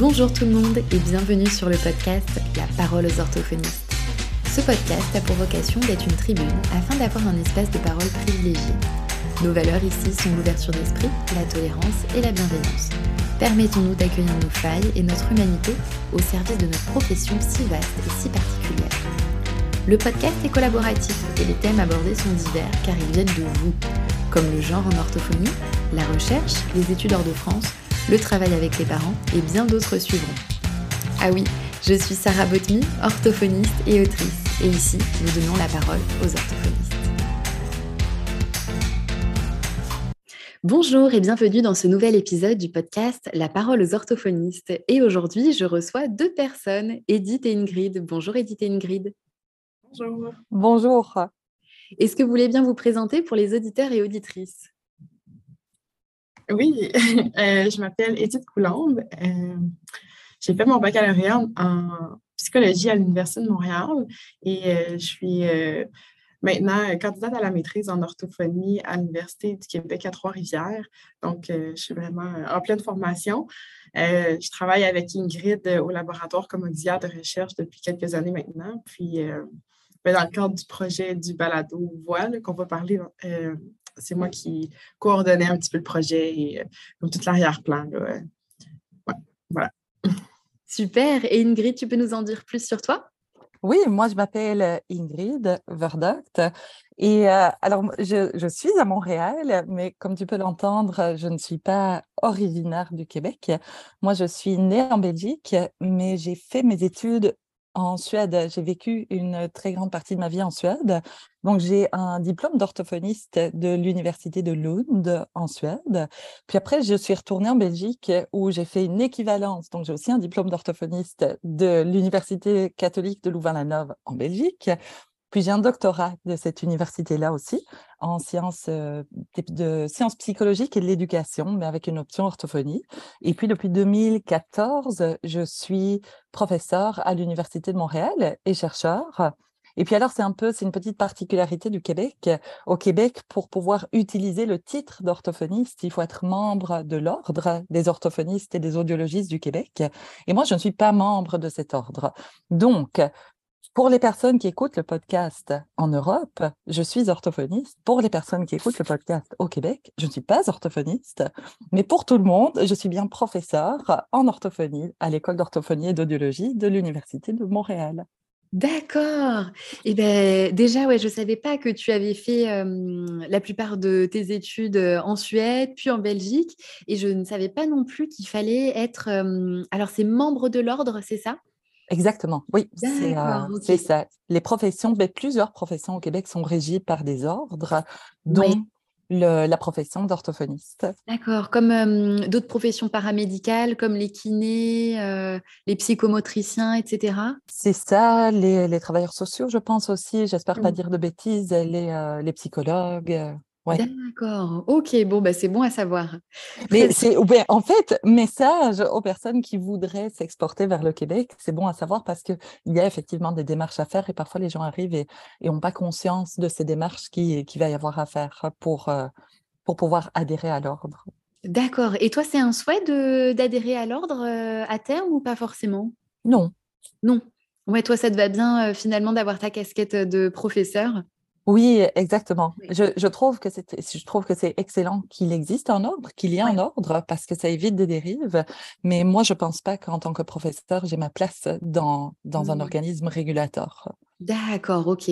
Bonjour tout le monde et bienvenue sur le podcast La parole aux orthophonistes. Ce podcast a pour vocation d'être une tribune afin d'avoir un espace de parole privilégié. Nos valeurs ici sont l'ouverture d'esprit, la tolérance et la bienveillance. Permettons-nous d'accueillir nos failles et notre humanité au service de notre profession si vaste et si particulière. Le podcast est collaboratif et les thèmes abordés sont divers car ils viennent de vous, comme le genre en orthophonie, la recherche, les études hors de France, le travail avec les parents et bien d'autres suivront. Ah oui, je suis Sarah Botmy, orthophoniste et autrice, et ici, nous donnons la parole aux orthophonistes. Bonjour et bienvenue dans ce nouvel épisode du podcast La parole aux orthophonistes. Et aujourd'hui, je reçois deux personnes, Edith et Ingrid. Bonjour Edith et Ingrid. Bonjour. Bonjour. Est-ce que vous voulez bien vous présenter pour les auditeurs et auditrices ? Oui, je m'appelle Edith Coulombe. J'ai fait mon baccalauréat en psychologie à l'Université de Montréal et je suis maintenant candidate à la maîtrise en orthophonie à l'Université du Québec à Trois-Rivières. Donc, je suis vraiment en pleine formation. Je travaille avec Ingrid au laboratoire comme auxiliaire de recherche depuis quelques années maintenant. Puis, dans le cadre du projet du balado Voix qu'on va parler, c'est moi qui coordonnais un petit peu le projet et tout l'arrière-plan. Ouais, voilà. Super. Et Ingrid, tu peux nous en dire plus sur toi ? Oui, moi, je m'appelle Ingrid Verdocht et alors, je suis à Montréal, mais comme tu peux l'entendre, je ne suis pas originaire du Québec. Moi, je suis née en Belgique, mais j'ai fait mes études en Suède. J'ai vécu une très grande partie de ma vie en Suède. Donc, j'ai un diplôme d'orthophoniste de l'Université de Lund en Suède. Puis après, je suis retournée en Belgique où j'ai fait une équivalence. Donc, j'ai aussi un diplôme d'orthophoniste de l'Université catholique de Louvain-la-Neuve en Belgique. Puis j'ai un doctorat de cette université-là aussi en sciences psychologiques et de l'éducation, mais avec une option orthophonie. Et puis depuis 2014, je suis professeure à l'Université de Montréal et chercheur. Et puis alors, c'est une petite particularité du Québec. Au Québec, pour pouvoir utiliser le titre d'orthophoniste, il faut être membre de l'Ordre des orthophonistes et des audiologistes du Québec. Et moi, je ne suis pas membre de cet ordre. Donc, pour les personnes qui écoutent le podcast en Europe, je suis orthophoniste. Pour les personnes qui écoutent le podcast au Québec, je ne suis pas orthophoniste. Mais pour tout le monde, je suis bien professeure en orthophonie à l'École d'orthophonie et d'audiologie de l'Université de Montréal. D'accord. Et ben déjà, ouais, je ne savais pas que tu avais fait la plupart de tes études en Suède, puis en Belgique. Et je ne savais pas non plus qu'il fallait être... alors, c'est membre de l'ordre, c'est ça ? Exactement, oui, D'accord, c'est ok. ça. Les professions, plusieurs professions au Québec sont régies par des ordres, Oui, dont la profession d'orthophoniste. d'accord. Comme d'autres professions paramédicales, comme les kinés, les psychomotriciens, etc. C'est ça, les travailleurs sociaux, je pense aussi, j'espère pas Mm. dire de bêtises, les psychologues, ouais. D'accord, ok, bon, bah, c'est bon à savoir. Très Mais c'est, ouais, en fait, message aux personnes qui voudraient s'exporter vers le Québec, c'est bon à savoir parce qu'il y a effectivement des démarches à faire et parfois les gens arrivent et n'ont pas conscience de ces démarches qu'il va y avoir à faire pour pouvoir adhérer à l'ordre. D'accord. Et toi, c'est un souhait d'adhérer à l'ordre à terme ou pas forcément? Non. Non. Ouais, toi, ça te va bien finalement d'avoir ta casquette de professeur. Oui, exactement. Oui. Je trouve que c'est excellent qu'il existe un ordre, qu'il y ait Ouais. un ordre parce que ça évite des dérives. Mais moi, je pense pas qu'en tant que professeur, j'ai ma place dans un Mm. organisme régulateur. D'accord, ok.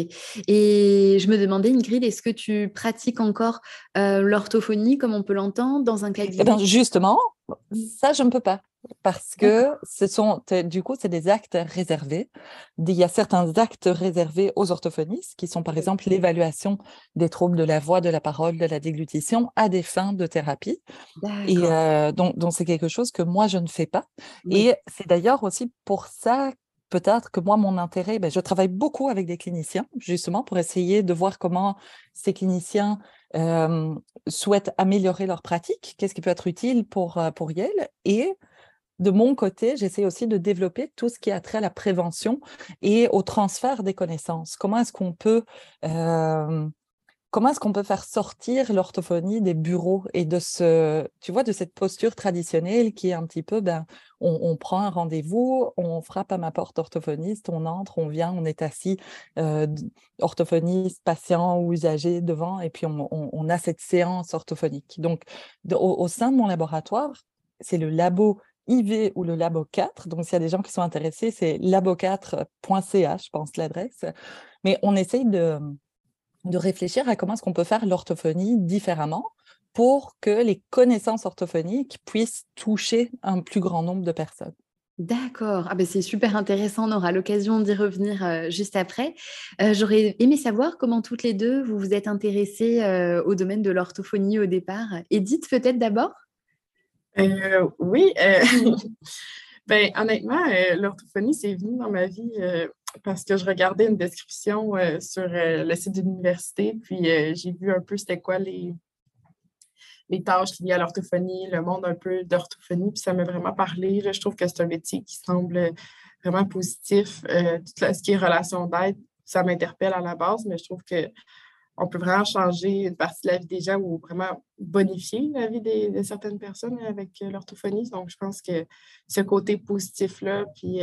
Et je me demandais, Ingrid, est-ce que tu pratiques encore l'orthophonie comme on peut l'entendre dans un Eh bien, cabinet? justement, ça, je ne peux pas. Parce que D'accord. du coup, c'est des actes réservés. Il y a certains actes réservés aux orthophonistes, qui sont par Oui. exemple l'évaluation des troubles de la voix, de la parole, de la déglutition à des fins de thérapie. Et D'accord. donc, c'est quelque chose que moi, je ne fais pas. Oui. Et c'est d'ailleurs aussi pour ça, peut-être que moi, mon intérêt, je travaille beaucoup avec des cliniciens, justement, pour essayer de voir comment ces cliniciens euh, souhaitent améliorer leur pratique, qu'est-ce qui peut être utile pour Yale. Et de mon côté, j'essaie aussi de développer tout ce qui a trait à la prévention et au transfert des connaissances. Comment est-ce qu'on peut comment est-ce qu'on peut faire sortir l'orthophonie des bureaux et de de cette posture traditionnelle qui est un petit peu, on prend un rendez-vous, on frappe à ma porte orthophoniste, on entre, on vient, on est assis, orthophoniste, patient ou usager devant, et puis on a cette séance orthophonique. Donc, au sein de mon laboratoire, c'est le labo IV ou le labo 4. Donc, s'il y a des gens qui sont intéressés, c'est labo4.ca, je pense, l'adresse. Mais on essaye de réfléchir à comment est-ce qu'on peut faire l'orthophonie différemment pour que les connaissances orthophoniques puissent toucher un plus grand nombre de personnes. D'accord. Ah ben c'est super intéressant. On aura l'occasion d'y revenir juste après. J'aurais aimé savoir comment toutes les deux vous vous êtes intéressées au domaine de l'orthophonie au départ. Edith, peut-être d'abord? Oui, honnêtement, l'orthophonie, c'est venu dans ma vie parce que je regardais une description sur le site de l'université, puis j'ai vu un peu c'était quoi les tâches liées à l'orthophonie, le monde un peu d'orthophonie, puis ça m'a vraiment parlé. Là, je trouve que c'est un métier qui semble vraiment positif. Tout ce qui est relation d'aide, ça m'interpelle à la base, mais je trouve qu'on peut vraiment changer une partie de la vie des gens ou vraiment bonifier la vie de certaines personnes avec l'orthophonie. Donc, je pense que ce côté positif-là, puis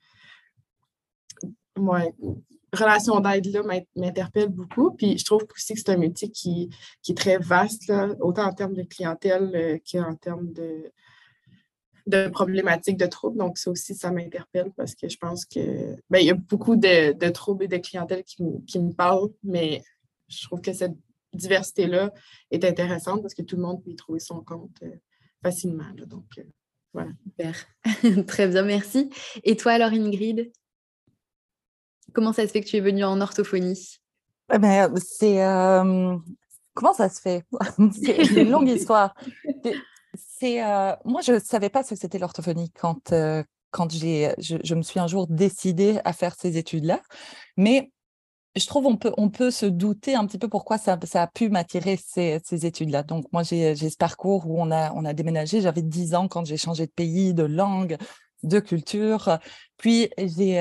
relation d'aide-là m'interpelle beaucoup. Puis je trouve aussi que c'est un métier qui est très vaste, là, autant en termes de clientèle qu'en termes de problématiques, de troubles. Donc, ça aussi, ça m'interpelle parce que je pense que il y a beaucoup de troubles et de clientèle qui me parlent, mais je trouve que cette diversité-là est intéressante parce que tout le monde peut y trouver son compte facilement. Là. Donc, voilà. Super. Très bien, merci. Et toi alors, Ingrid? Comment ça se fait que tu es venue en orthophonie? Comment ça se fait? C'est une longue histoire. Moi, je ne savais pas ce que c'était l'orthophonie quand je me suis un jour décidée à faire ces études-là. Mais je trouve on peut se douter un petit peu pourquoi ça a pu m'attirer ces études-là. Donc, moi, j'ai ce parcours où on a déménagé. J'avais 10 ans quand j'ai changé de pays, de langue, de culture. Puis, j'ai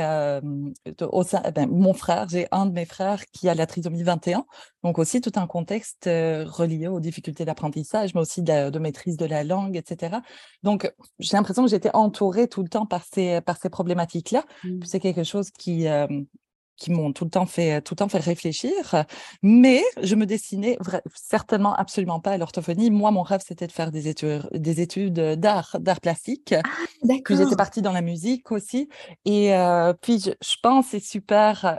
j'ai un de mes frères qui a la trisomie 21. Donc, aussi tout un contexte relié aux difficultés d'apprentissage, mais aussi de maîtrise de la langue, etc. Donc, j'ai l'impression que j'étais entourée tout le temps par ces problématiques-là. Puis, c'est quelque chose qui m'ont tout le temps fait réfléchir, mais je me destinais certainement absolument pas à l'orthophonie. Moi, mon rêve, c'était de faire des études d'art plastique. Ah, d'accord. Puis j'étais partie dans la musique aussi. Et puis, je pense c'est super.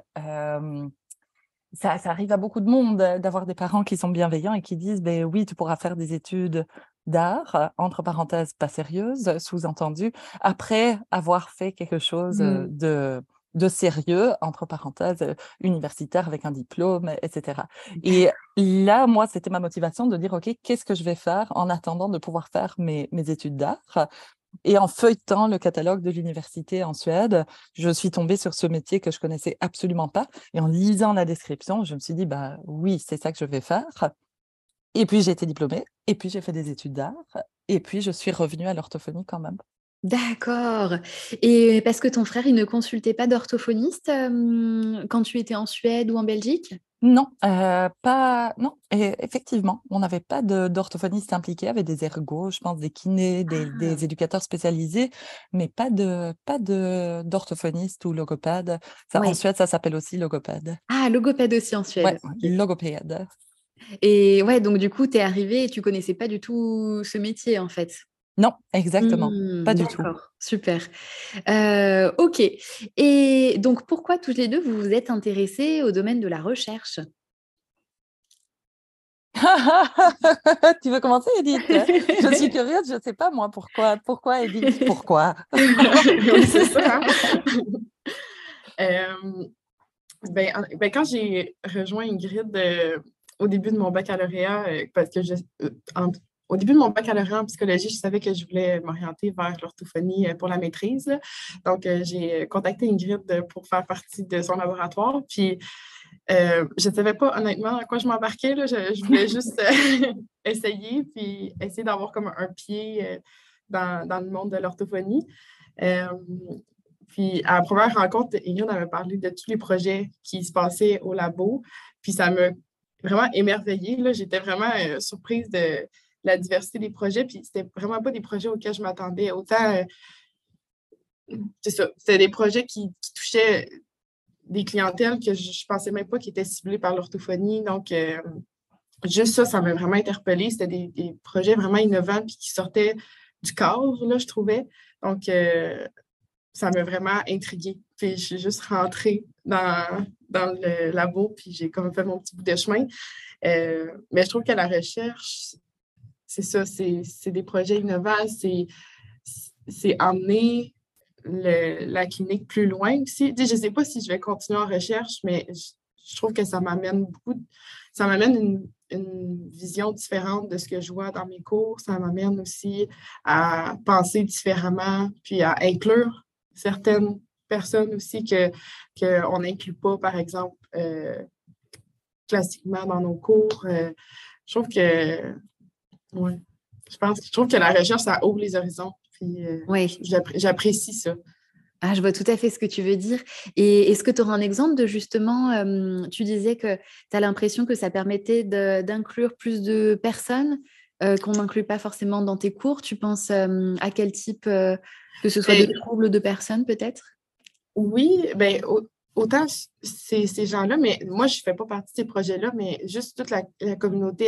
Ça arrive à beaucoup de monde d'avoir des parents qui sont bienveillants et qui disent oui, tu pourras faire des études d'art, entre parenthèses, pas sérieuses, sous-entendu, après avoir fait quelque chose de sérieux, entre parenthèses, universitaire avec un diplôme, etc. Et là, moi, c'était ma motivation de dire, OK, qu'est-ce que je vais faire en attendant de pouvoir faire mes études d'art? Et en feuilletant le catalogue de l'université en Suède, je suis tombée sur ce métier que je connaissais absolument pas. Et en lisant la description, je me suis dit, oui, c'est ça que je vais faire. Et puis, j'ai été diplômée. Et puis, j'ai fait des études d'art. Et puis, je suis revenue à l'orthophonie quand même. D'accord. Et parce que ton frère, il ne consultait pas d'orthophoniste quand tu étais en Suède ou en Belgique? Non, non. Et effectivement, on n'avait pas d'orthophonistes impliqués, avec des ergots, je pense, des kinés, des éducateurs spécialisés, mais pas d'orthophonistes ou logopèdes. En Suède, ça s'appelle aussi logopède. Ah, logopède aussi en Suède. Ouais, okay. Logopède. Et ouais, donc du coup, tu es arrivée et tu connaissais pas du tout ce métier en fait. Non, exactement, pas du tout. D'accord, super. OK. Et donc, pourquoi toutes les deux vous vous êtes intéressées au domaine de la recherche? Tu veux commencer, Edith? Je suis curieuse, je ne sais pas moi pourquoi. Pourquoi, Edith? Pourquoi? Oui, c'est ça. Quand j'ai rejoint Ingrid au début de mon baccalauréat, parce que au début de mon baccalauréat en psychologie, je savais que je voulais m'orienter vers l'orthophonie pour la maîtrise. Là. Donc, j'ai contacté Ingrid pour faire partie de son laboratoire. Puis, je ne savais pas honnêtement à quoi je m'embarquais. Là. Je voulais juste essayer, puis essayer d'avoir comme un pied dans le monde de l'orthophonie. Puis, à la première rencontre, Ingrid avait parlé de tous les projets qui se passaient au labo. Puis, ça m'a vraiment émerveillée. Là. J'étais vraiment surprise de la diversité des projets. Puis c'était vraiment pas des projets auxquels je m'attendais. Autant, c'est ça, c'était des projets qui touchaient des clientèles que je ne pensais même pas qui étaient ciblées par l'orthophonie. Donc, juste ça m'a vraiment interpellée. C'était des projets vraiment innovants puis qui sortaient du cadre, là, je trouvais. Donc, ça m'a vraiment intriguée. Puis, je suis juste rentrée dans le labo, puis j'ai comme fait mon petit bout de chemin. Mais je trouve que la recherche, c'est ça, c'est des projets innovants, c'est emmener la clinique plus loin aussi. Je ne sais pas si je vais continuer en recherche, mais je trouve que ça m'amène ça m'amène une vision différente de ce que je vois dans mes cours. Ça m'amène aussi à penser différemment, puis à inclure certaines personnes aussi qu'on n'inclut pas, par exemple, classiquement dans nos cours. Je trouve que, ouais, je trouve que la recherche, ça ouvre les horizons. Puis Oui. j'apprécie ça. Ah, je vois tout à fait ce que tu veux dire. Et est-ce que tu auras un exemple de justement, tu disais que tu as l'impression que ça permettait d'inclure plus de personnes qu'on n'inclut pas forcément dans tes cours. Tu penses à quel type, que ce soit de troubles de personnes peut-être? Oui, ben autant ces gens-là, mais moi, je ne fais pas partie de ces projets-là, mais juste toute la communauté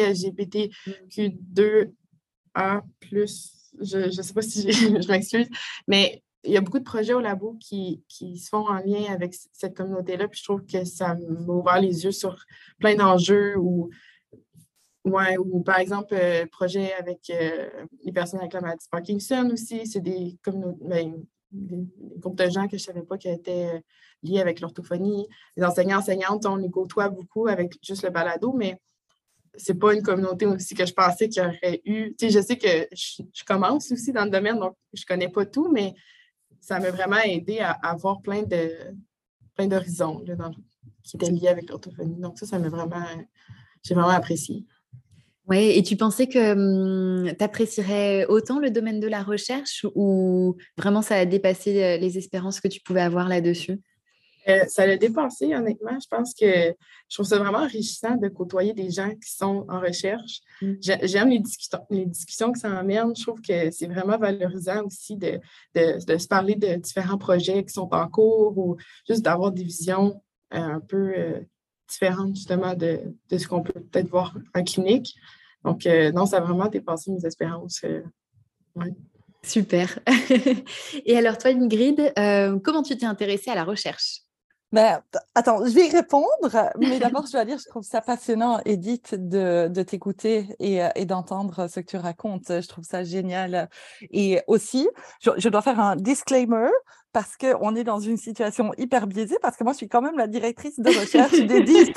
LGBTQ2A+, je ne sais pas si je m'excuse, mais il y a beaucoup de projets au labo qui se font en lien avec cette communauté-là, puis je trouve que ça m'a ouvert les yeux sur plein d'enjeux ou par exemple, projet avec les personnes avec la maladie de Parkinson aussi, c'est des groupes de gens que je ne savais pas qui étaient liés avec l'orthophonie. Les enseignants-enseignantes, on les côtoie beaucoup avec juste le balado, mais c'est pas une communauté aussi que je pensais qu'il y aurait eu. Tu sais, je sais que je commence aussi dans le domaine, donc je connais pas tout, mais ça m'a vraiment aidé à voir plein d'horizons là, qui étaient liés avec l'orthophonie. Donc ça j'ai vraiment apprécié. Oui, et tu pensais que tu apprécierais autant le domaine de la recherche ou vraiment ça a dépassé les espérances que tu pouvais avoir là-dessus? Ça l'a dépassé, honnêtement. Je pense que je trouve ça vraiment enrichissant de côtoyer des gens qui sont en recherche. J'aime les discussions que ça emmène. Je trouve que c'est vraiment valorisant aussi de se parler de différents projets qui sont en cours ou juste d'avoir des visions un peu différentes, justement, de ce qu'on peut peut-être voir en clinique. Donc, non, ça a vraiment dépassé mes espérances. Ouais. Super. Et alors, toi, Ingrid, comment tu t'es intéressée à la recherche? Ben, attends, je vais y répondre, mais d'abord, je dois dire, je trouve ça passionnant, Edith, de t'écouter et d'entendre ce que tu racontes. Je trouve ça génial. Et aussi, je dois faire un disclaimer parce qu'on est dans une situation hyper biaisée, parce que moi, je suis quand même la directrice de recherche d'Edith.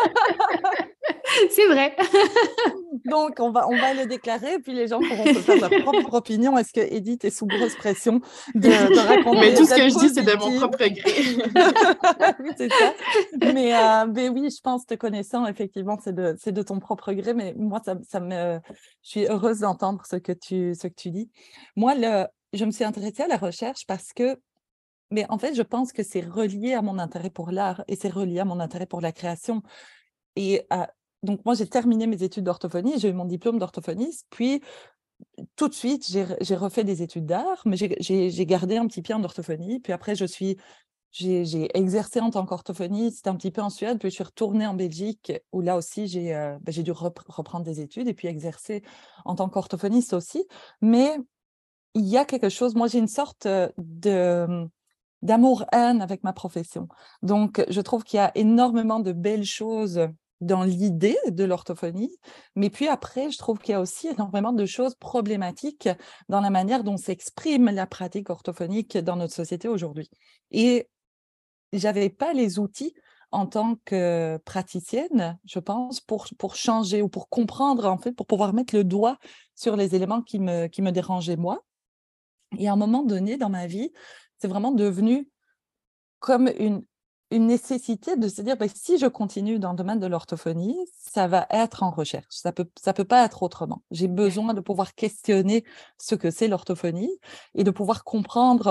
C'est vrai. Donc, on va le déclarer, puis les gens pourront se faire leur propre opinion. Est-ce que Edith est sous grosse pression de raconter? Mais tout ce que je dis, c'est de mon propre gré. Oui, c'est ça. Mais oui, je pense, te connaissant, effectivement, c'est de ton propre gré. Mais moi, je suis heureuse d'entendre ce que tu dis. Moi, je me suis intéressée à la recherche parce que, mais en fait, je pense que c'est relié à mon intérêt pour l'art et c'est relié à mon intérêt pour la création. Et donc, moi, j'ai terminé mes études d'orthophonie, j'ai eu mon diplôme d'orthophoniste, puis tout de suite, j'ai refait des études d'art, mais j'ai gardé un petit pied en orthophonie. Puis après, j'ai exercé en tant qu'orthophoniste un petit peu en Suède, puis je suis retournée en Belgique, où là aussi, j'ai dû reprendre des études et puis exercer en tant qu'orthophoniste aussi. Mais il y a quelque chose, moi, j'ai une sorte d'amour-haine avec ma profession. Donc, je trouve qu'il y a énormément de belles choses dans l'idée de l'orthophonie, mais puis après, je trouve qu'il y a aussi énormément de choses problématiques dans la manière dont s'exprime la pratique orthophonique dans notre société aujourd'hui. Et j'avais pas les outils en tant que praticienne, je pense, pour changer ou pour comprendre, en fait, pour pouvoir mettre le doigt sur les éléments qui me dérangeaient moi. Et à un moment donné dans ma vie, c'est vraiment devenu comme une nécessité de se dire, si je continue dans le domaine de l'orthophonie, ça va être en recherche. Ça peut pas être autrement. J'ai besoin de pouvoir questionner ce que c'est l'orthophonie et de pouvoir comprendre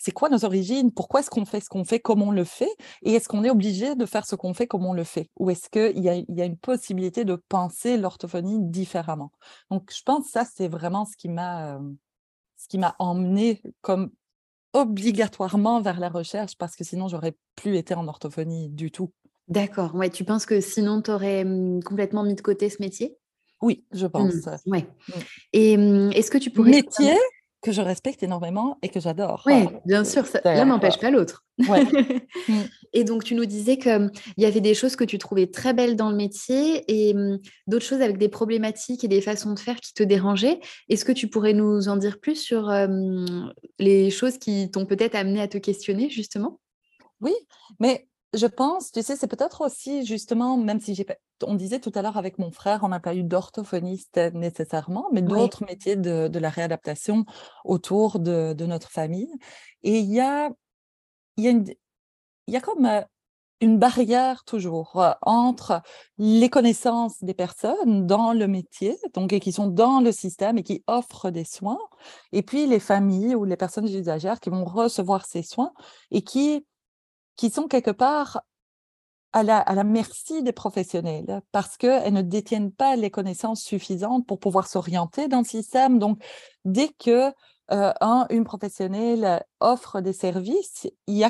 c'est quoi nos origines, pourquoi est-ce qu'on fait ce qu'on fait, comment on le fait, et est-ce qu'on est obligé de faire ce qu'on fait, comment on le fait, ou est-ce qu'il y a une possibilité de penser l'orthophonie différemment. Donc, je pense que ça, c'est vraiment ce qui m'a emmenée comme obligatoirement vers la recherche, parce que sinon, j'aurais plus été en orthophonie du tout. D'accord, ouais, tu penses que sinon tu aurais complètement mis de côté ce métier? Oui, je pense. Ouais. Mmh. Et est-ce que tu pourrais Métier que je respecte énormément et que j'adore. Oui, bien sûr, ça l'un n'empêche pas l'autre. Ouais. Mmh. Et donc tu nous disais qu'il y avait des choses que tu trouvais très belles dans le métier et d'autres choses avec des problématiques et des façons de faire qui te dérangeaient. Est-ce que tu pourrais nous en dire plus sur, les choses qui t'ont peut-être amené à te questionner justement? Oui, mais je pense, tu sais, c'est peut-être aussi justement, même si j'ai pas on disait tout à l'heure avec mon frère, on n'a pas eu d'orthophoniste nécessairement, mais Oui. d'autres métiers de la réadaptation autour de notre famille. Et il y a une il y a comme, une barrière toujours, entre les connaissances des personnes dans le métier, donc et qui sont dans le système et qui offrent des soins, et puis les familles ou les personnes usagères qui vont recevoir ces soins et qui sont quelque part à la merci des professionnels, parce qu'elles ne détiennent pas les connaissances suffisantes pour pouvoir s'orienter dans le système. Donc, dès que, une professionnelle offre des services,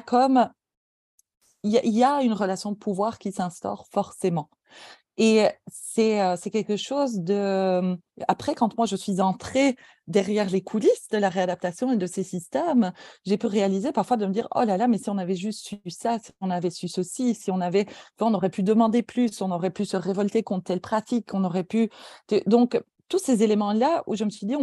il y a une relation de pouvoir qui s'instaure forcément. Et c'est quelque chose de après quand moi je suis entrée derrière les coulisses de la réadaptation et de ces systèmes, j'ai pu réaliser parfois de me dire: «Oh là là, mais si on avait juste su ça, si on avait su ceci, si on avait on aurait pu demander plus, on aurait pu se révolter contre telle pratique, on aurait pu» donc tous ces éléments-là où je me suis dit: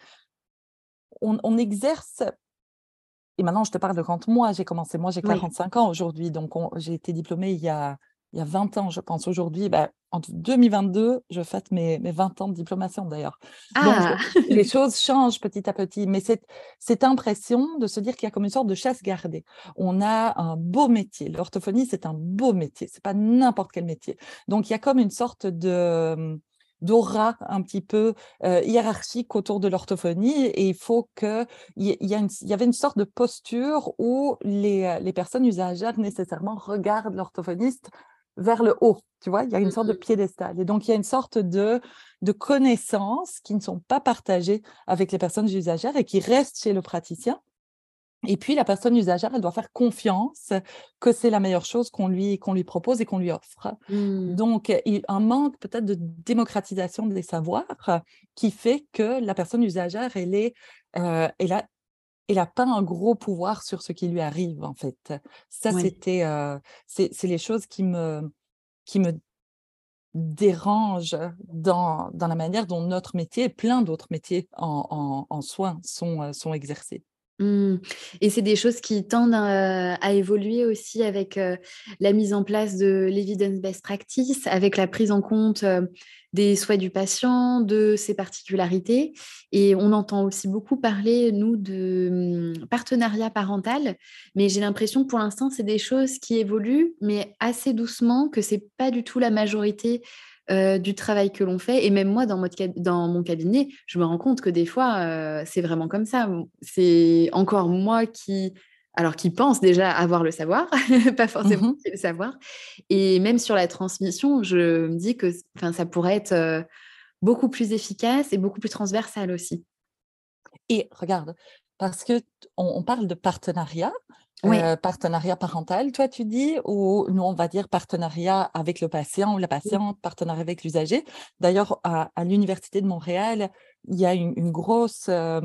On exerce» et maintenant je te parle de quand moi j'ai commencé. Moi j'ai Oui. 45 ans aujourd'hui, donc j'ai été diplômée il y a 20 ans, je pense. Aujourd'hui, en 2022, je fête mes 20 ans de diplomation d'ailleurs. Donc Ah! les choses changent petit à petit, mais cette impression de se dire qu'il y a comme une sorte de chasse gardée. On a un beau métier. L'orthophonie, c'est un beau métier, c'est pas n'importe quel métier. Donc il y a comme une sorte d'aura un petit peu, hiérarchique autour de l'orthophonie, et il faut qu'il y avait une sorte de posture où les personnes usagères nécessairement regardent l'orthophoniste vers le haut, tu vois? Il y a une sorte de Mmh. piédestal, et donc il y a une sorte de connaissances qui ne sont pas partagées avec les personnes usagères et qui restent chez le praticien. Et puis la personne usagère, elle doit faire confiance que c'est la meilleure chose qu'on lui propose et qu'on lui offre. Mmh. Donc un manque peut-être de démocratisation des savoirs, qui fait que la personne usagère, elle a pas un gros pouvoir sur ce qui lui arrive, en fait. Ça, Ouais. c'est les choses qui me dérangent dans la manière dont notre métier et plein d'autres métiers en soins sont exercés. Mmh. Et c'est des choses qui tendent à évoluer aussi avec, la mise en place de l'evidence based practice, avec la prise en compte, des souhaits du patient, de ses particularités et on entend aussi beaucoup parler, nous, de, partenariat parental, mais j'ai l'impression que pour l'instant, c'est des choses qui évoluent, mais assez doucement, que c'est pas du tout la majorité, du travail que l'on fait et même moi dans mon cabinet, je me rends compte que des fois, c'est vraiment comme ça. C'est encore moi qui pense déjà avoir le savoir, pas forcément Mmh. qui ai le savoir et même sur la transmission, je me dis que enfin, ça pourrait être, beaucoup plus efficace et beaucoup plus transversal aussi. Et regarde, parce que on parle de partenariat, Ouais. partenariat parental, toi tu dis, ou nous on va dire partenariat avec le patient ou la Mmh. patiente, partenariat avec l'usager. D'ailleurs, à l'université de Montréal, il y a une grosse,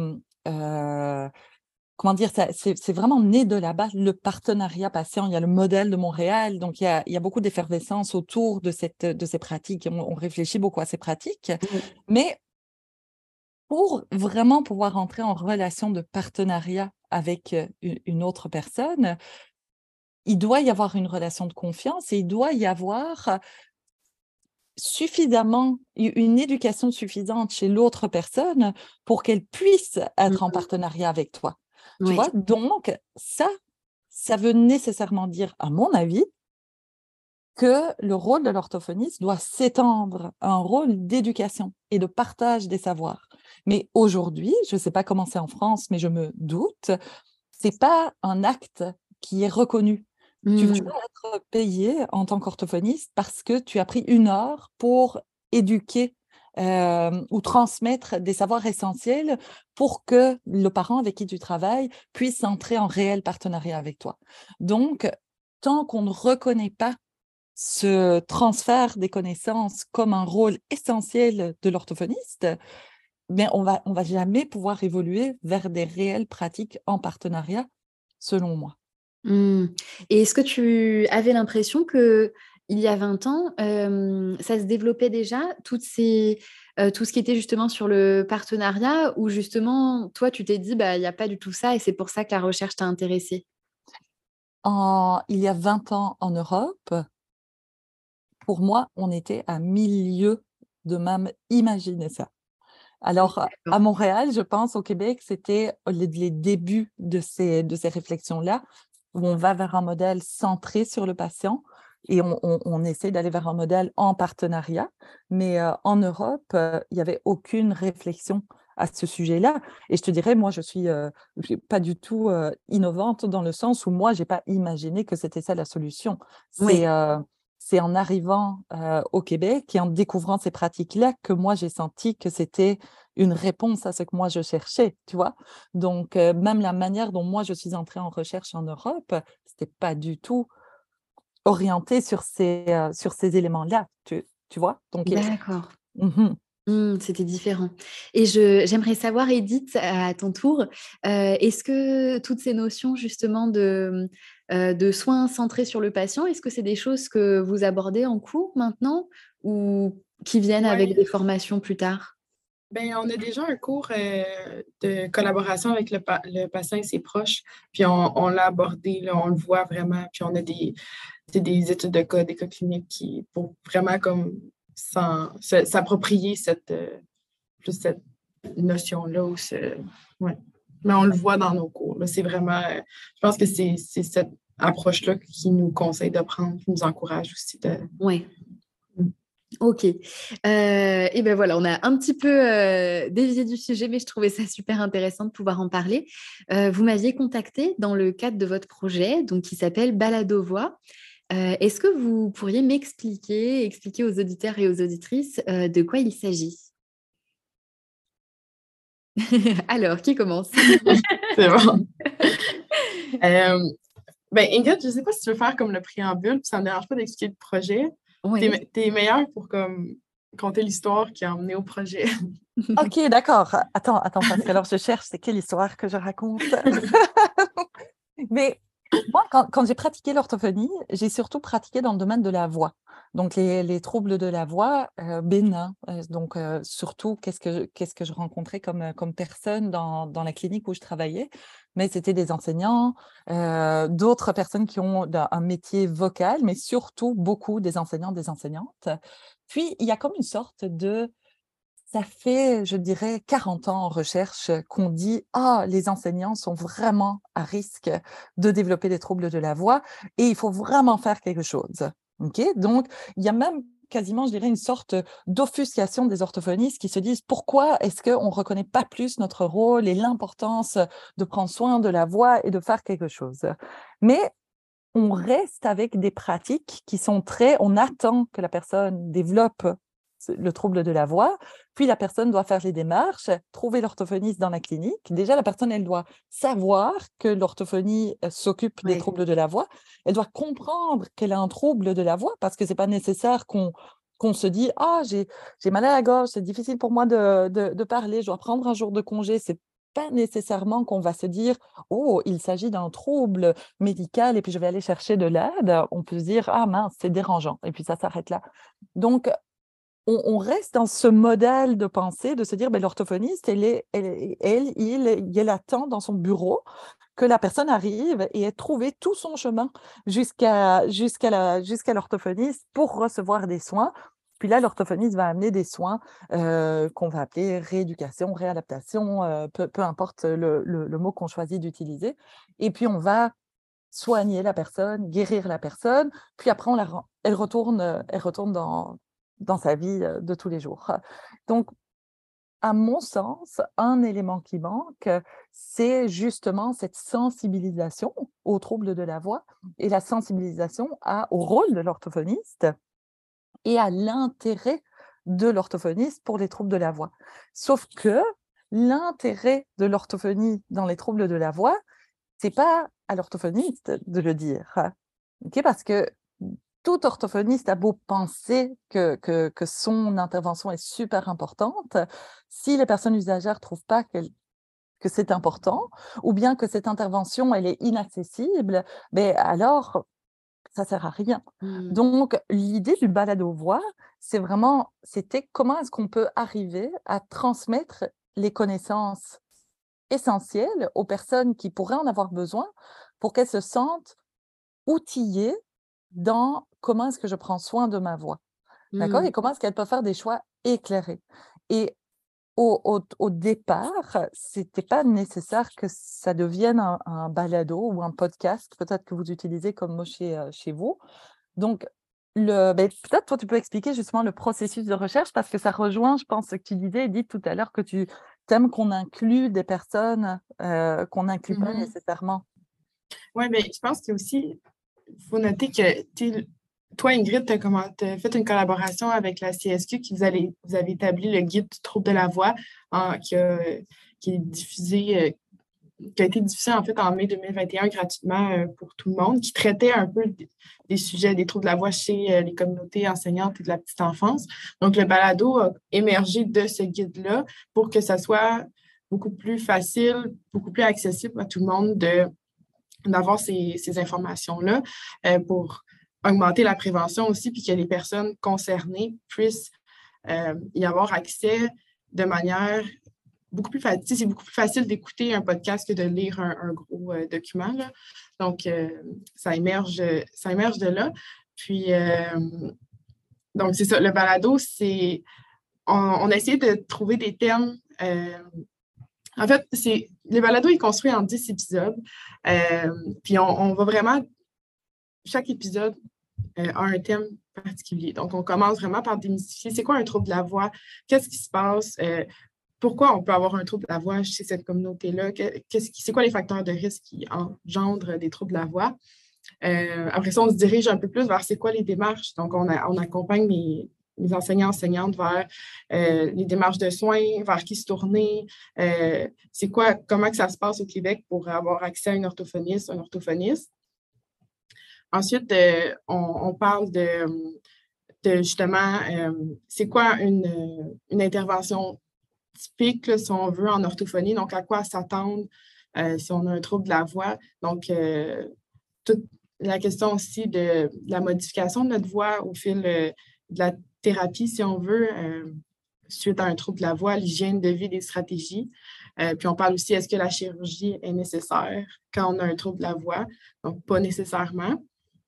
comment dire? Ça c'est vraiment né de là-bas, le partenariat patient. Il y a le modèle de Montréal, donc il y a beaucoup d'effervescence autour de ces pratiques. On réfléchit beaucoup à ces pratiques, Oui. mais pour vraiment pouvoir entrer en relation de partenariat avec, une autre personne, il doit y avoir une relation de confiance et il doit y avoir suffisamment une éducation suffisante chez l'autre personne pour qu'elle puisse être en Mmh. partenariat avec toi. Tu Ouais. vois? Donc ça veut nécessairement dire, à mon avis, que le rôle de l'orthophoniste doit s'étendre à un rôle d'éducation et de partage des savoirs. Mais aujourd'hui, je ne sais pas comment c'est en France, mais je me doute, c'est pas un acte qui est reconnu. Tu vas Mmh. pas être payé en tant qu'orthophoniste parce que tu as pris 1 heure pour éduquer ou transmettre des savoirs essentiels pour que le parent avec qui tu travailles puisse entrer en réel partenariat avec toi. Donc, tant qu'on ne reconnaît pas ce transfert des connaissances comme un rôle essentiel de l'orthophoniste, mais on va jamais pouvoir évoluer vers des réelles pratiques en partenariat, selon moi. Mmh. Et est-ce que tu avais l'impression que il y a 20 ans, ça se développait déjà, tout ce qui était justement sur le partenariat ou justement, toi, tu t'es dit: «Bah, il y a pas du tout ça» et c'est pour ça que la recherche t'a intéressée? Il y a 20 ans en Europe, pour moi, on était à 1000 lieues de même imaginer ça. Oui, Alors, à d'accord. Montréal, je pense, au Québec, c'était les débuts de ces réflexions-là, où on va vers un modèle centré sur le patient et on essaie d'aller vers un modèle en partenariat. Mais en Europe, il n'y avait aucune réflexion à ce sujet-là. Et je te dirais, moi, je suis pas du tout innovante dans le sens où moi, j'ai pas imaginé que c'était ça la solution. Oui. C'est en arrivant au Québec et en découvrant ces pratiques-là que moi, j'ai senti que c'était une réponse à ce que moi je cherchais, tu vois? Donc, même la manière dont moi je suis entrée en recherche en Europe, c'était pas du tout orienté sur ces éléments-là, tu vois? Donc D'accord. mmh Mmh, c'était différent et j'aimerais savoir, Edith, à ton tour, est-ce que toutes ces notions justement de soins centrés sur le patient, est-ce que c'est des choses que vous abordez en cours maintenant ou qui viennent avec Ouais. des formations plus tard? Ben, on a déjà un cours de collaboration avec le patient et ses proches, puis on l'a abordé, là, on le voit vraiment, puis on a des études de cas, des cas cliniques pour vraiment comme s'approprier plus cette notion-là. Ouais. Mais on le voit dans nos cours. Là, c'est vraiment, je pense que c'est cette approche-là qui nous conseille de prendre, qui nous encourage aussi de. Ouais. Mm. OK. Et ben voilà, on a un petit peu, dévié du sujet, mais je trouvais ça super intéressant de pouvoir en parler. Vous m'aviez contacté dans le cadre de votre projet, donc qui s'appelle Balado Voix. Est-ce que vous pourriez expliquer aux auditeurs et aux auditrices, de quoi il s'agit? Alors, qui commence? C'est bon. Euh, ben, Ingrid, je ne sais pas si tu veux faire comme le préambule, puis ça ne me dérange pas d'expliquer le projet. Oui. T'es meilleure pour comme conter l'histoire qui a emmené au projet. OK, d'accord. Attends, parce que alors je cherche, c'est quelle histoire que je raconte? Mais moi, quand j'ai pratiqué l'orthophonie, j'ai surtout pratiqué dans le domaine de la voix. Donc les troubles de la voix, bénins, donc surtout qu'est-ce que je rencontrais comme personnes dans la clinique où je travaillais? Mais c'était des enseignants, d'autres personnes qui ont un métier vocal, mais surtout beaucoup des enseignants, des enseignantes. Puis il y a comme une sorte de ça fait, je dirais, 40 ans en recherche qu'on dit: «Ah, les enseignants sont vraiment à risque de développer des troubles de la voix et il faut vraiment faire quelque chose». OK? Donc, il y a même quasiment, je dirais, une sorte d'offuscation des orthophonistes qui se disent: «Pourquoi est-ce qu'on ne reconnaît pas plus notre rôle et l'importance de prendre soin de la voix et de faire quelque chose?» Mais on reste avec des pratiques qui sont très on attend que la personne développe le trouble de la voix, puis la personne doit faire les démarches, trouver l'orthophoniste dans la clinique. Déjà, la personne, elle doit savoir que l'orthophonie s'occupe des Ouais. troubles de la voix. Elle doit comprendre qu'elle a un trouble de la voix parce que c'est pas nécessaire qu'on se dit: «Ah, j'ai mal à la gorge, c'est difficile pour moi de parler, je dois prendre un jour de congé». C'est pas nécessairement qu'on va se dire: «Oh, il s'agit d'un trouble médical et puis je vais aller chercher de l'aide». On peut se dire: «Ah mince, c'est dérangeant» et puis ça s'arrête là. Donc on reste dans ce modèle de pensée de se dire: «Beh, l'orthophoniste, il attend dans son bureau que la personne arrive et ait trouvé tout son chemin jusqu'à l'orthophoniste pour recevoir des soins». Puis là, l'orthophoniste va amener des soins, qu'on va appeler rééducation, réadaptation, peu importe le mot qu'on choisit d'utiliser et puis on va soigner la personne, guérir la personne, puis après on la ren elle retourne dans sa vie, de tous les jours. Donc à mon sens, un élément qui manque, c'est justement cette sensibilisation aux troubles de la voix et la sensibilisation au rôle de l'orthophoniste et à l'intérêt de l'orthophoniste pour les troubles de la voix. Sauf que l'intérêt de l'orthophonie dans les troubles de la voix, c'est pas à l'orthophoniste de le dire. Okay, parce que tout orthophoniste a beau penser que son intervention est super importante, si les personnes usagères ne trouvent pas que c'est important, ou bien que cette intervention elle est inaccessible, ben alors ça ne sert à rien. Donc, l'idée du balado-voix, c'était comment est-ce qu'on peut arriver à transmettre les connaissances essentielles aux personnes qui pourraient en avoir besoin pour qu'elles se sentent outillées dans comment est-ce que je prends soin de ma voix. D'accord? Et comment est-ce qu'elles peuvent faire des choix éclairés. Et au départ, c'était pas nécessaire que ça devienne un balado ou un podcast, peut-être que vous utilisez comme mot chez vous. Donc, peut-être toi, tu peux expliquer justement le processus de recherche parce que ça rejoint, je pense, ce que tu disais, Edith, tout à l'heure, que tu aimes qu'on inclue des personnes qu'on n'inclut pas nécessairement. Oui, mais je pense qu'il faut noter que toi, Ingrid, tu as fait une collaboration avec la CSQ vous avez établi le guide du trouble de la voix qui a été diffusé en fait en mai 2021 gratuitement pour tout le monde, qui traitait un peu des sujets des troubles de la voix chez les communautés enseignantes et de la petite enfance. Donc, le balado a émergé de ce guide-là pour que ça soit beaucoup plus facile, beaucoup plus accessible à tout le monde d'avoir ces informations-là pour augmenter la prévention aussi, puis que les personnes concernées puissent y avoir accès de manière beaucoup plus facile. C'est beaucoup plus facile d'écouter un podcast que de lire un gros document, là. Donc, ça émerge de là. Puis, donc, c'est ça. Le balado, on a essayé de trouver des thèmes. En fait, le balado est construit en 10 épisodes. Puis, on va vraiment. Chaque épisode a un thème particulier. Donc, on commence vraiment par démystifier c'est quoi un trouble de la voix, qu'est-ce qui se passe, pourquoi on peut avoir un trouble de la voix chez cette communauté-là, c'est quoi les facteurs de risque qui engendrent des troubles de la voix. Après ça, on se dirige un peu plus vers c'est quoi les démarches. Donc, on accompagne les enseignants, enseignantes vers les démarches de soins, vers qui se tourner, comment que ça se passe au Québec pour avoir accès à un orthophoniste. Ensuite, on parle de justement, c'est quoi une intervention typique, là, si on veut, en orthophonie, donc à quoi s'attendre si on a un trouble de la voix. Donc, toute la question aussi de la modification de notre voix au fil de la thérapie, si on veut, suite à un trouble de la voix, l'hygiène de vie, des stratégies. Puis on parle aussi, est-ce que la chirurgie est nécessaire quand on a un trouble de la voix? Donc, pas nécessairement.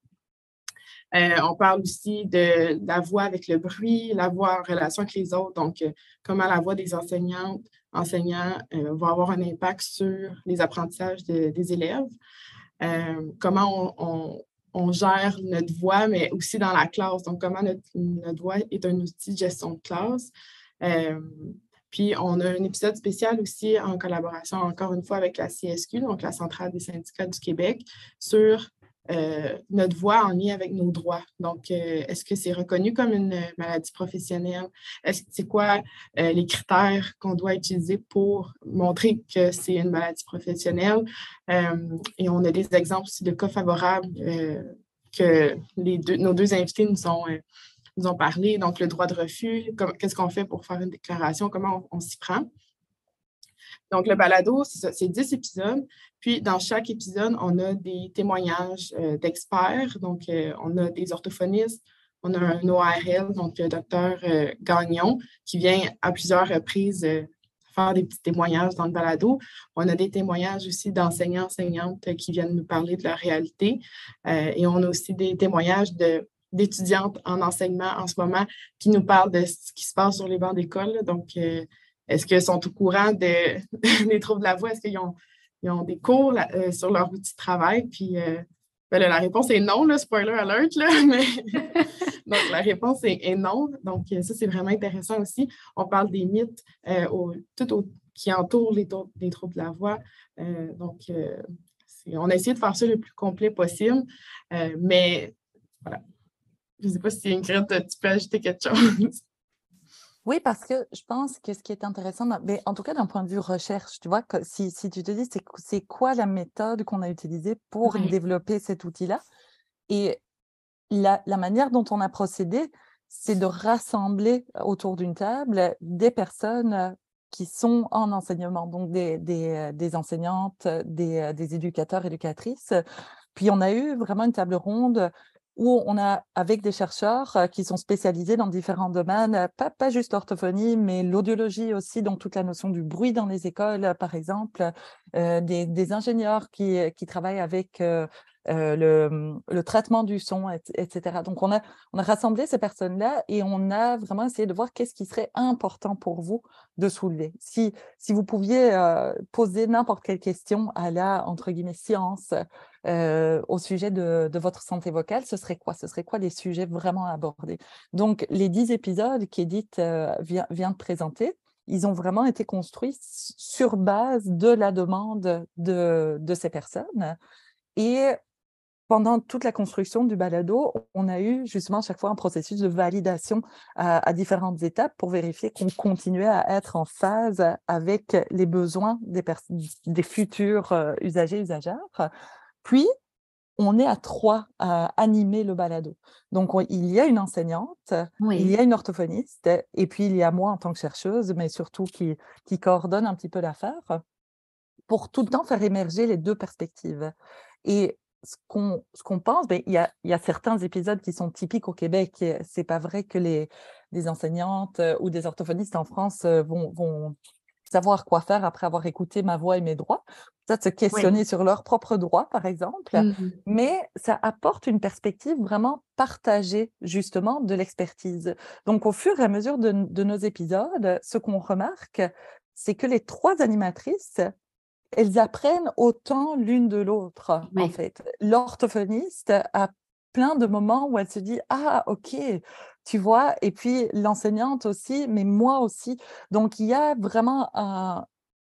On parle aussi de la voix avec le bruit, la voix en relation avec les autres, donc comment la voix des enseignants va avoir un impact sur les apprentissages des élèves, comment on gère notre voix, mais aussi dans la classe, donc comment notre voix est un outil de gestion de classe. Puis, on a un épisode spécial aussi en collaboration, encore une fois, avec la CSQ, donc la Centrale des syndicats du Québec, sur notre voix en lien avec nos droits. Donc, est-ce que c'est reconnu comme une maladie professionnelle? C'est quoi les critères qu'on doit utiliser pour montrer que c'est une maladie professionnelle? Et on a des exemples aussi de cas favorables que nos deux invités nous ont parlé. Donc, le droit de refus, qu'est-ce qu'on fait pour faire une déclaration, comment on s'y prend. Donc, le balado, c'est 10 épisodes. Puis, dans chaque épisode, on a des témoignages d'experts. Donc, on a des orthophonistes, on a un ORL, donc le docteur Gagnon, qui vient à plusieurs reprises faire des petits témoignages dans le balado. On a des témoignages aussi d'enseignants, enseignantes qui viennent nous parler de leur réalité. Et on a aussi des témoignages d'étudiantes en enseignement en ce moment qui nous parlent de ce qui se passe sur les bancs d'école. Donc, est-ce qu'ils sont au courant des troubles de la voix? Est-ce qu'ils ont des cours sur leur outil de travail? Puis, Ben là, la réponse est non, là, spoiler alert, là, mais donc la réponse est non. Donc, ça, c'est vraiment intéressant aussi. On parle des mythes qui entourent les troubles de la voix. Donc, on a essayé de faire ça le plus complet possible, mais voilà. Je ne sais pas si Ingrid, tu peux ajouter quelque chose. Oui, parce que je pense que ce qui est intéressant, mais en tout cas d'un point de vue recherche, tu vois, que si tu te dis c'est quoi la méthode qu'on a utilisée pour Ouais. développer cet outil-là, et la manière dont on a procédé, c'est de rassembler autour d'une table des personnes qui sont en enseignement, donc des enseignantes, des éducateurs, éducatrices. Puis on a eu vraiment une table ronde où on a, avec des chercheurs qui sont spécialisés dans différents domaines, pas juste l'orthophonie, mais l'audiologie aussi, donc toute la notion du bruit dans les écoles, par exemple, des ingénieurs qui travaillent avec le traitement du son, etc. Donc, on a rassemblé ces personnes-là et on a vraiment essayé de voir qu'est-ce qui serait important pour vous de soulever. Si vous pouviez poser n'importe quelle question à la, entre guillemets, science au sujet de votre santé vocale, ce serait quoi? Ce serait quoi les sujets vraiment abordés? Donc, les 10 épisodes qu'Edith vient de présenter, ils ont vraiment été construits sur base de la demande de ces personnes. Et pendant toute la construction du balado, on a eu justement à chaque fois un processus de validation à différentes étapes pour vérifier qu'on continuait à être en phase avec les besoins des futurs usagers, usagères. Puis, on est à 3 à animer le balado. Donc, il y a une enseignante, il y a une orthophoniste, et puis il y a moi en tant que chercheuse, mais surtout qui coordonne un petit peu l'affaire, pour tout le temps faire émerger les 2 perspectives. Et ce qu'on pense, il y a certains épisodes qui sont typiques au Québec. C'est pas vrai que les enseignantes ou des orthophonistes en France vont savoir quoi faire après avoir écouté ma voix et mes droits. Peut-être se questionner sur leurs propres droits, par exemple. Mais ça apporte une perspective vraiment partagée, justement, de l'expertise. Donc, au fur et à mesure de nos épisodes, ce qu'on remarque, c'est que les 3 animatrices, elles apprennent autant l'une de l'autre, en fait. L'orthophoniste a plein de moments où elle se dit « Ah, ok, tu vois », et puis l'enseignante aussi, mais moi aussi. Donc, il y a vraiment un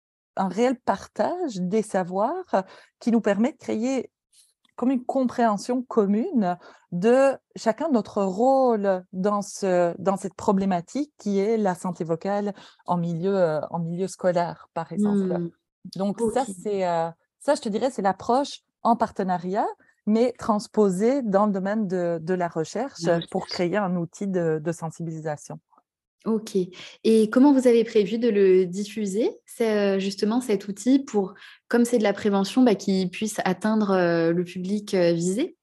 réel partage des savoirs qui nous permet de créer comme une compréhension commune de chacun notre rôle dans cette problématique qui est la santé vocale en milieu scolaire, par exemple. Donc, ça, je te dirais, c'est l'approche en partenariat, mais transposée dans le domaine de la recherche pour créer un outil de sensibilisation. Ok. Et comment vous avez prévu de le diffuser, justement, cet outil, pour, comme c'est de la prévention, qu'il puisse atteindre le public visé?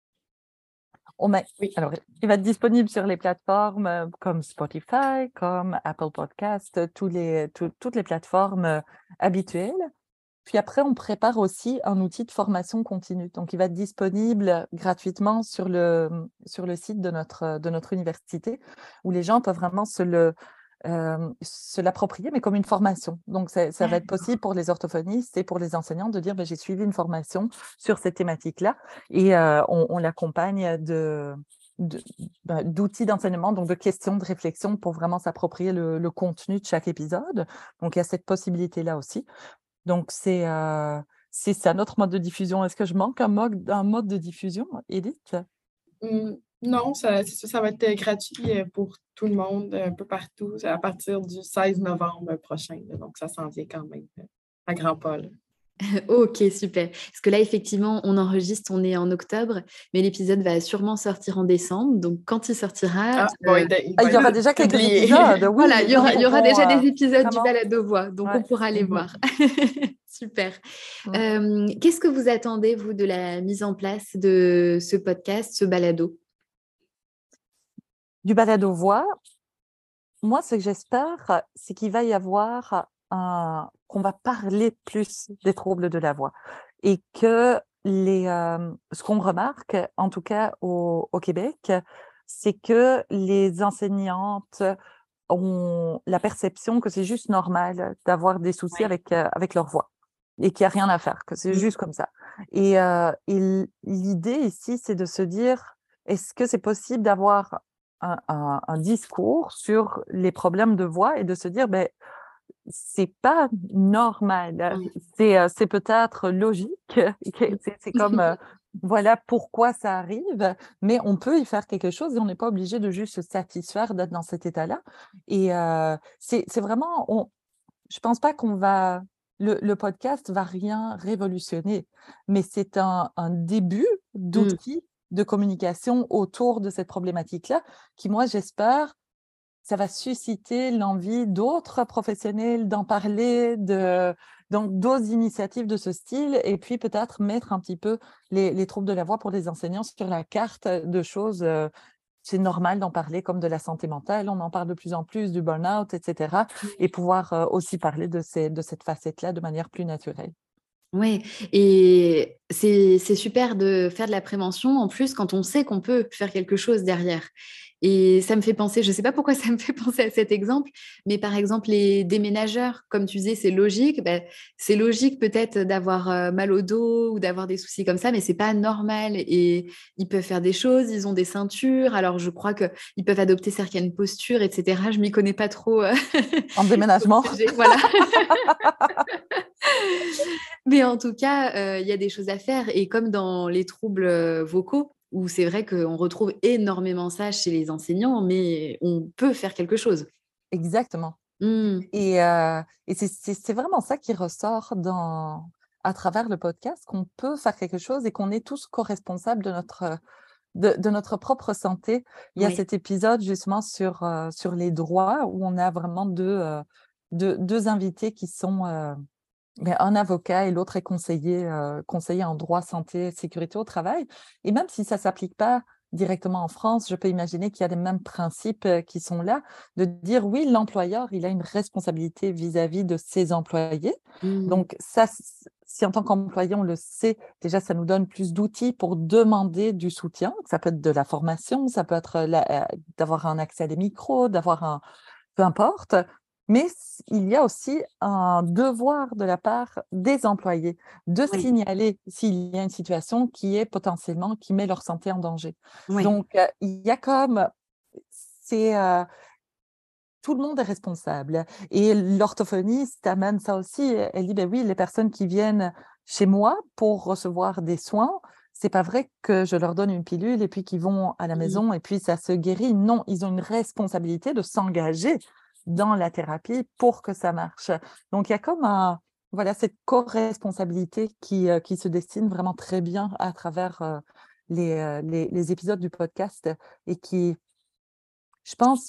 Alors, il va être disponible sur les plateformes comme Spotify, comme Apple Podcast, toutes les plateformes habituelles. Puis après, on prépare aussi un outil de formation continue. Donc, il va être disponible gratuitement sur le site de notre université, où les gens peuvent vraiment se l'approprier, mais comme une formation. Donc, ça va être possible pour les orthophonistes et pour les enseignants de dire j'ai suivi une formation sur cette thématique-là, et on l'accompagne d'outils d'enseignement, donc de questions de réflexion pour vraiment s'approprier le contenu de chaque épisode. Donc, il y a cette possibilité-là aussi. Donc, c'est ça notre mode de diffusion. Est-ce que je manque un mode de diffusion, Edith? Non, ça va être gratuit pour tout le monde, un peu partout, à partir du 16 novembre prochain. Donc, ça s'en vient quand même à grands pas. Ok, super. Parce que là, effectivement, on enregistre, on est en octobre, mais l'épisode va sûrement sortir en décembre. Donc, quand il sortira... il y aura déjà quelques épisodes. Oui, voilà, il y aura déjà des épisodes du balado voix, donc on pourra les voir. Super. Qu'est-ce que vous attendez, vous, de la mise en place de ce podcast, ce balado? Du balado voix, moi, ce que j'espère, c'est qu'il va y avoir qu'on va parler plus des troubles de la voix, et que ce qu'on remarque, en tout cas au Québec, c'est que les enseignantes ont la perception que c'est juste normal d'avoir des soucis avec leur voix et qu'il n'y a rien à faire, que c'est juste comme ça. Et l'idée ici, c'est de se dire, est-ce que c'est possible d'avoir un discours sur les problèmes de voix et de se dire, ben, c'est pas normal, Oui. c'est peut-être logique, c'est comme, voilà pourquoi ça arrive, mais on peut y faire quelque chose et on n'est pas obligé de juste se satisfaire d'être dans cet état-là. Et c'est vraiment, je pense pas qu'on va, le podcast va rien révolutionner, mais c'est un début Mmh. d'outils de communication autour de cette problématique-là, qui, moi, j'espère, ça va susciter l'envie d'autres professionnels d'en parler, donc d'autres initiatives de ce style, et puis peut-être mettre un petit peu les troubles de la voix pour les enseignants sur la carte de choses. C'est normal d'en parler, comme de la santé mentale, on en parle de plus en plus, du burn-out, etc. Et pouvoir aussi parler de cette facette-là de manière plus naturelle. Ouais, et c'est super de faire de la prévention, en plus, quand on sait qu'on peut faire quelque chose derrière. Et ça me fait penser, je ne sais pas pourquoi ça me fait penser à cet exemple, mais par exemple, les déménageurs, comme tu disais, c'est logique. Ben, c'est logique peut-être d'avoir mal au dos ou d'avoir des soucis comme ça, mais c'est pas normal. Et ils peuvent faire des choses, ils ont des ceintures. Alors, je crois qu'ils peuvent adopter certaines postures, etc. Je m'y connais pas trop En sur le déménagement. sujet, voilà. Mais en tout cas, il y a des choses à faire. Et comme dans les troubles vocaux, où c'est vrai qu'on retrouve énormément ça chez les enseignants, mais on peut faire quelque chose. Exactement. Mmh. Et c'est vraiment ça qui ressort à travers le podcast, qu'on peut faire quelque chose et qu'on est tous co-responsables de notre propre santé. Il y a Oui. cet épisode justement sur les droits, où on a vraiment deux invités qui sont un avocat et l'autre est conseiller en droit, santé, sécurité au travail. Et même si ça ne s'applique pas directement en France, je peux imaginer qu'il y a les mêmes principes qui sont là, de dire oui, l'employeur, il a une responsabilité vis-à-vis de ses employés. Mmh. Donc ça, si en tant qu'employé, on le sait, déjà, ça nous donne plus d'outils pour demander du soutien. Ça peut être de la formation, ça peut être d'avoir un accès à des micros, peu importe. Mais il y a aussi un devoir de la part des employés de Oui, signaler s'il y a une situation qui est potentiellement, qui met leur santé en danger. oui, Donc, il y a c'est, tout le monde est responsable. Et l'orthophoniste amène ça aussi. Elle dit, ben oui, les personnes qui viennent chez moi pour recevoir des soins, c'est pas vrai que je leur donne une pilule et puis qu'ils vont à la mmh, maison et puis ça se guérit. Non, ils ont une responsabilité de s'engager dans la thérapie pour que ça marche. Donc, il y a comme voilà, cette co-responsabilité qui se dessine vraiment très bien à travers les épisodes du podcast et qui, je pense,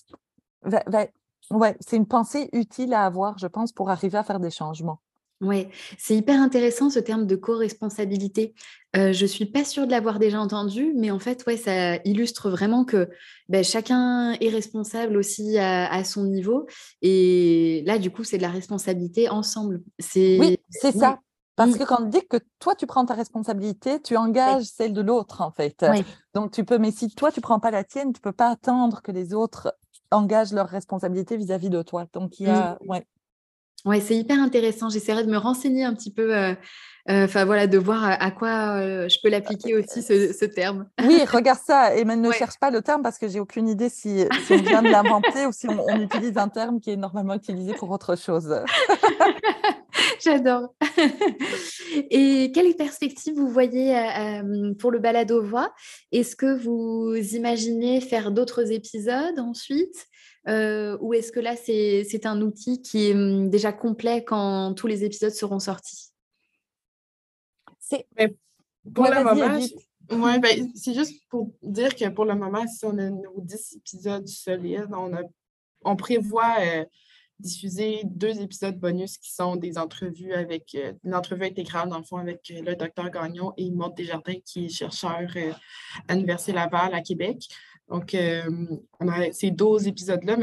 ouais, c'est une pensée utile à avoir, je pense, pour arriver à faire des changements. ouais. C'est hyper intéressant ce terme de co-responsabilité. Je suis pas sûre de l'avoir déjà entendu, mais en fait, ouais, ça illustre vraiment que, beh, chacun est responsable aussi à son niveau et là, du coup, c'est de la responsabilité ensemble. Oui, C'est c'est oui. ça. Parce Mmh. que quand dès que toi, tu prends ta responsabilité, tu Ouais, engages celle de l'autre, en fait. ouais. Donc, mais si toi, tu prends pas la tienne, tu peux pas attendre que les autres engagent leur responsabilité vis-à-vis de toi. Donc, Mmh. ouais. Ouais, c'est hyper intéressant. J'essaierai de me renseigner un petit peu, enfin voilà, de voir à quoi, je peux l'appliquer aussi ce terme. Oui, regarde ça, et mais ne Ouais. cherche pas le terme parce que j'ai aucune idée si on vient de l'inventer ou si on utilise un terme qui est normalement utilisé pour autre chose. J'adore. Et quelle perspective vous voyez pour le balado-voix? Est-ce que vous imaginez faire d'autres épisodes ensuite? Ou est-ce que là, c'est un outil qui est déjà complet quand tous les épisodes seront sortis? C'est... Mais pour Ouais, le vas-y, moment, Edith. ouais, ben, c'est juste pour dire que pour le moment, si on a nos 10 épisodes solides, on prévoit diffuser 2 épisodes bonus qui sont des entrevues avec une entrevue intégrale, dans le fond, avec le docteur Gagnon et Maude Desjardins, qui est chercheur à l'Université Laval à Québec. Donc, on a ces 12 épisodes-là,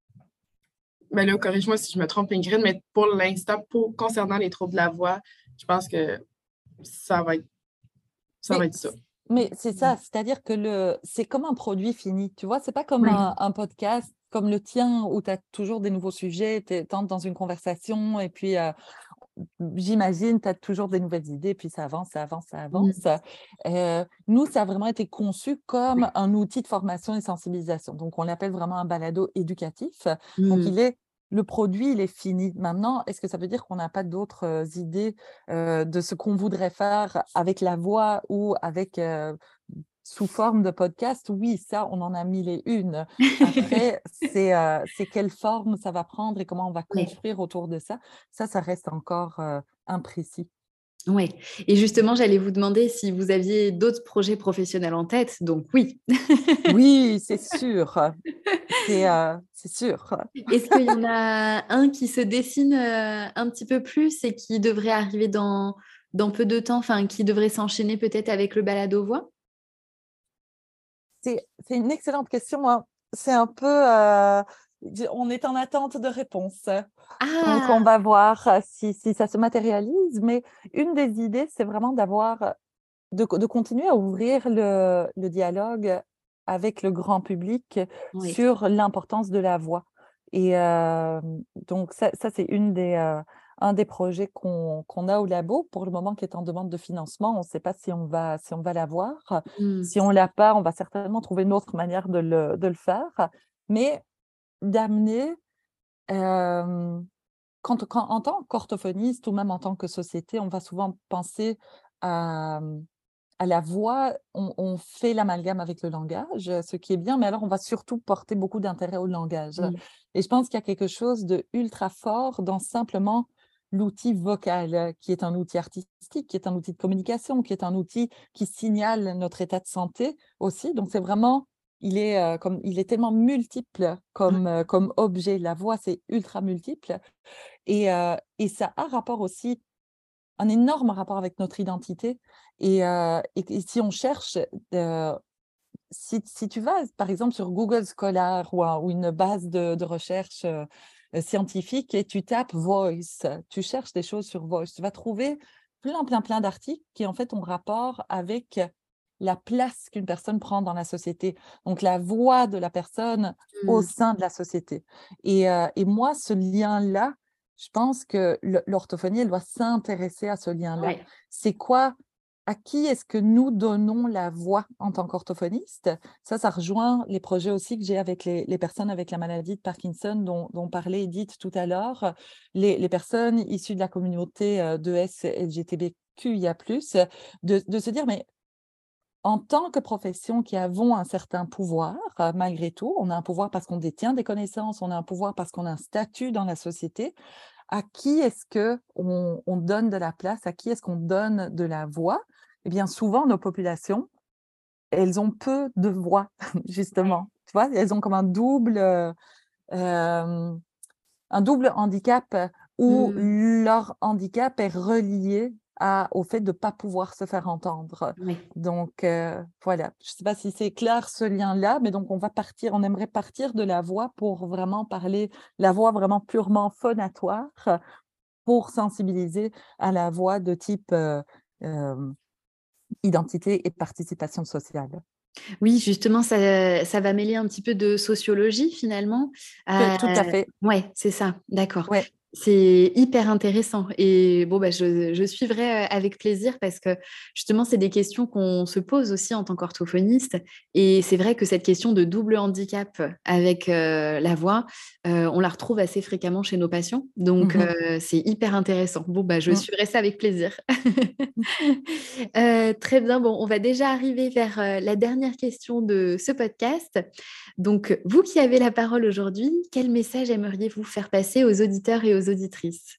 mais là, corrige-moi si je me trompe, Ingrid, mais pour l'instant, concernant les troubles de la voix, je pense que ça va être ça. Mais, Va être ça. mais c'est ça, c'est-à-dire que c'est comme un produit fini, tu vois, c'est pas comme Oui. un podcast comme le tien où tu as toujours des nouveaux sujets, tu entres dans une conversation et puis j'imagine, tu as toujours des nouvelles idées, puis ça avance, ça avance, ça avance. Nous, ça a vraiment été conçu comme un outil de formation et sensibilisation. Donc, on l'appelle vraiment un balado éducatif. Donc, le produit, il est fini. Maintenant, est-ce que ça veut dire qu'on n'a pas d'autres idées de ce qu'on voudrait faire avec la voix ou avec sous forme de podcast? Oui, ça, on en a mille et une. Après, c'est quelle forme ça va prendre et comment on va construire autour de ça. Ça reste encore imprécis. Oui. Et justement, j'allais vous demander si vous aviez d'autres projets professionnels en tête. Donc, oui. Oui, c'est sûr. C'est sûr. Est-ce qu'il y en a un qui se dessine un petit peu plus et qui devrait arriver dans peu de temps, enfin, qui devrait s'enchaîner peut-être avec le balado voix? C'est une excellente question, hein. C'est un peu... on est en attente de réponse. Donc, on va voir si ça se matérialise. Mais une des idées, c'est vraiment de continuer à ouvrir le dialogue avec le grand public sur l'importance de la voix. Et donc, ça c'est un des projets qu'on a au labo pour le moment qui est en demande de financement. On ne sait pas si on va l'avoir. Si on ne l'a pas, on va certainement trouver une autre manière de le faire. Mais d'amener, en tant qu'orthophoniste ou même en tant que société, on va souvent penser à la voix, on fait l'amalgame avec le langage, ce qui est bien, mais alors on va surtout porter beaucoup d'intérêt au langage. Et je pense qu'il y a quelque chose de ultra fort dans simplement l'outil vocal, qui est un outil artistique, qui est un outil de communication, qui est un outil qui signale notre état de santé aussi. Donc c'est vraiment, il est tellement multiple comme objet. La voix, c'est ultra multiple. Et ça a rapport aussi, un énorme rapport avec notre identité. Et si on cherche, si tu vas par exemple sur Google Scholar ou une base de recherche scientifique et tu tapes voice, tu cherches des choses sur voice, tu vas trouver plein d'articles qui en fait ont rapport avec la place qu'une personne prend dans la société, donc la voix de la personne au sein de la société. Et moi, ce lien-là, je pense que l'orthophonie, elle doit s'intéresser à ce lien-là. C'est quoi, à qui est-ce que nous donnons la voix en tant qu'orthophoniste? Ça rejoint les projets aussi que j'ai avec les personnes avec la maladie de Parkinson dont parlait Edith tout à l'heure, les personnes issues de la communauté d'ES LGBTQIA+, de se dire, mais en tant que profession qui avons un certain pouvoir, malgré tout, on a un pouvoir parce qu'on détient des connaissances, on a un pouvoir parce qu'on a un statut dans la société. À qui est-ce qu'on donne de la place? À qui est-ce qu'on donne de la voix? Eh bien, souvent, nos populations, elles ont peu de voix, justement. Tu vois, elles ont comme un double handicap où leur handicap est relié au fait de ne pas pouvoir se faire entendre. Donc, voilà. Je ne sais pas si c'est clair ce lien-là, mais donc on aimerait partir de la voix pour vraiment parler, la voix vraiment purement phonatoire, pour sensibiliser à la voix de type identité et participation sociale. Oui, justement, ça va mêler un petit peu de sociologie finalement. Tout à fait. Oui, c'est ça, d'accord. Ouais. C'est hyper intéressant et bon, je suivrai avec plaisir parce que justement, c'est des questions qu'on se pose aussi en tant qu'orthophoniste et c'est vrai que cette question de double handicap avec la voix, on la retrouve assez fréquemment chez nos patients, donc c'est hyper intéressant. Bon, je suivrai ça avec plaisir. Très bien, bon, on va déjà arriver vers la dernière question de ce podcast. Donc, vous qui avez la parole aujourd'hui, quel message aimeriez-vous faire passer aux auditeurs et aux auditrices?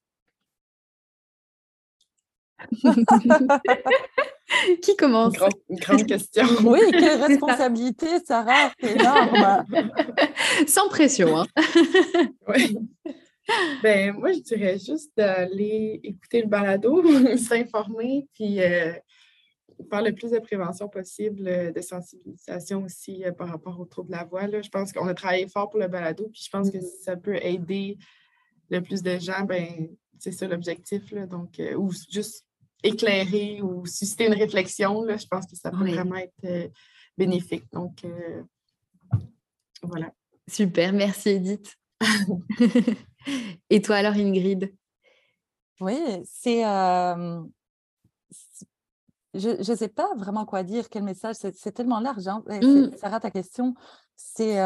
Qui commence? Une grande question. Oui, quelle responsabilité, Sarah, c'est énorme. Sans pression, hein? Oui. Ben, moi, je dirais juste d'aller écouter le balado, s'informer, puis faire le plus de prévention possible, de sensibilisation aussi par rapport aux troubles de la voix. Là. Je pense qu'on a travaillé fort pour le balado, puis je pense que si ça peut aider le plus de gens, ben c'est ça l'objectif. Là. Donc, ou juste éclairer ou susciter une réflexion, là, je pense que ça peut vraiment être bénéfique. Donc, voilà. Super, merci Edith. Et toi alors, Ingrid? Oui, je ne sais pas vraiment quoi dire, quel message, c'est tellement large, hein. Sarah, ta question, c'est...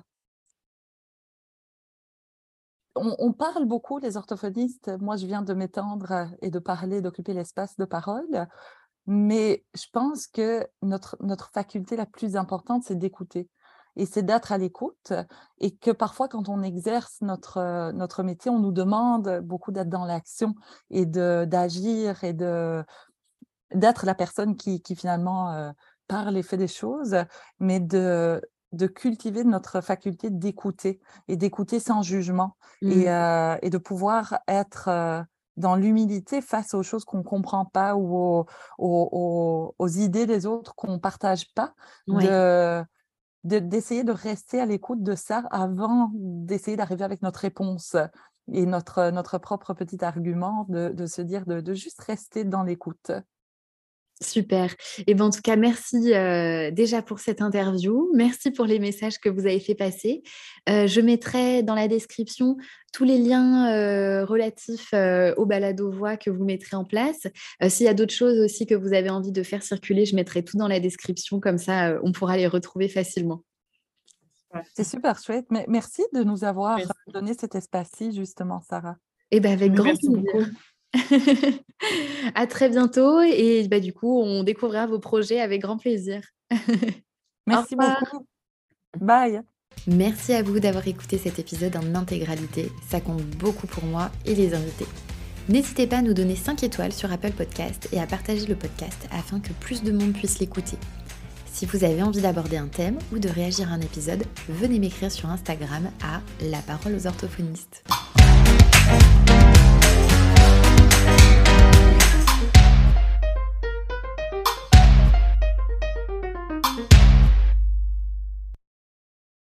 on parle beaucoup, les orthophonistes, moi je viens de m'étendre et de parler, d'occuper l'espace de parole, mais je pense que notre faculté la plus importante, c'est d'écouter et c'est d'être à l'écoute, et que parfois quand on exerce notre métier, on nous demande beaucoup d'être dans l'action et d'agir et d'être la personne qui finalement parle et fait des choses, mais de cultiver notre faculté d'écouter et d'écouter sans jugement et de pouvoir être dans l'humilité face aux choses qu'on ne comprend pas ou aux idées des autres qu'on ne partage pas, Ouais. d'essayer de rester à l'écoute de ça avant d'essayer d'arriver avec notre réponse et notre propre petit argument, de se dire de juste rester dans l'écoute. Super. Et ben, en tout cas, merci, déjà pour cette interview. Merci pour les messages que vous avez fait passer. Je mettrai dans la description tous les liens, relatifs, au balado-voix que vous mettrez en place. S'il y a d'autres choses aussi que vous avez envie de faire circuler, je mettrai tout dans la description, comme ça, on pourra les retrouver facilement. Ouais. C'est super chouette. Mais merci de nous avoir Merci. donné cet espace-ci, justement, Sarah. Et ben, avec Mais grand merci beaucoup. plaisir. À très bientôt et bah, du coup, on découvrira vos projets avec grand plaisir. Au Merci revoir. beaucoup. Bye. Merci à vous d'avoir écouté cet épisode en intégralité, ça compte beaucoup pour moi et les invités. N'hésitez pas à nous donner 5 étoiles sur Apple Podcast et à partager le podcast afin que plus de monde puisse l'écouter. Si vous avez envie d'aborder un thème ou de réagir à un épisode, venez m'écrire sur Instagram à La Parole aux orthophonistes.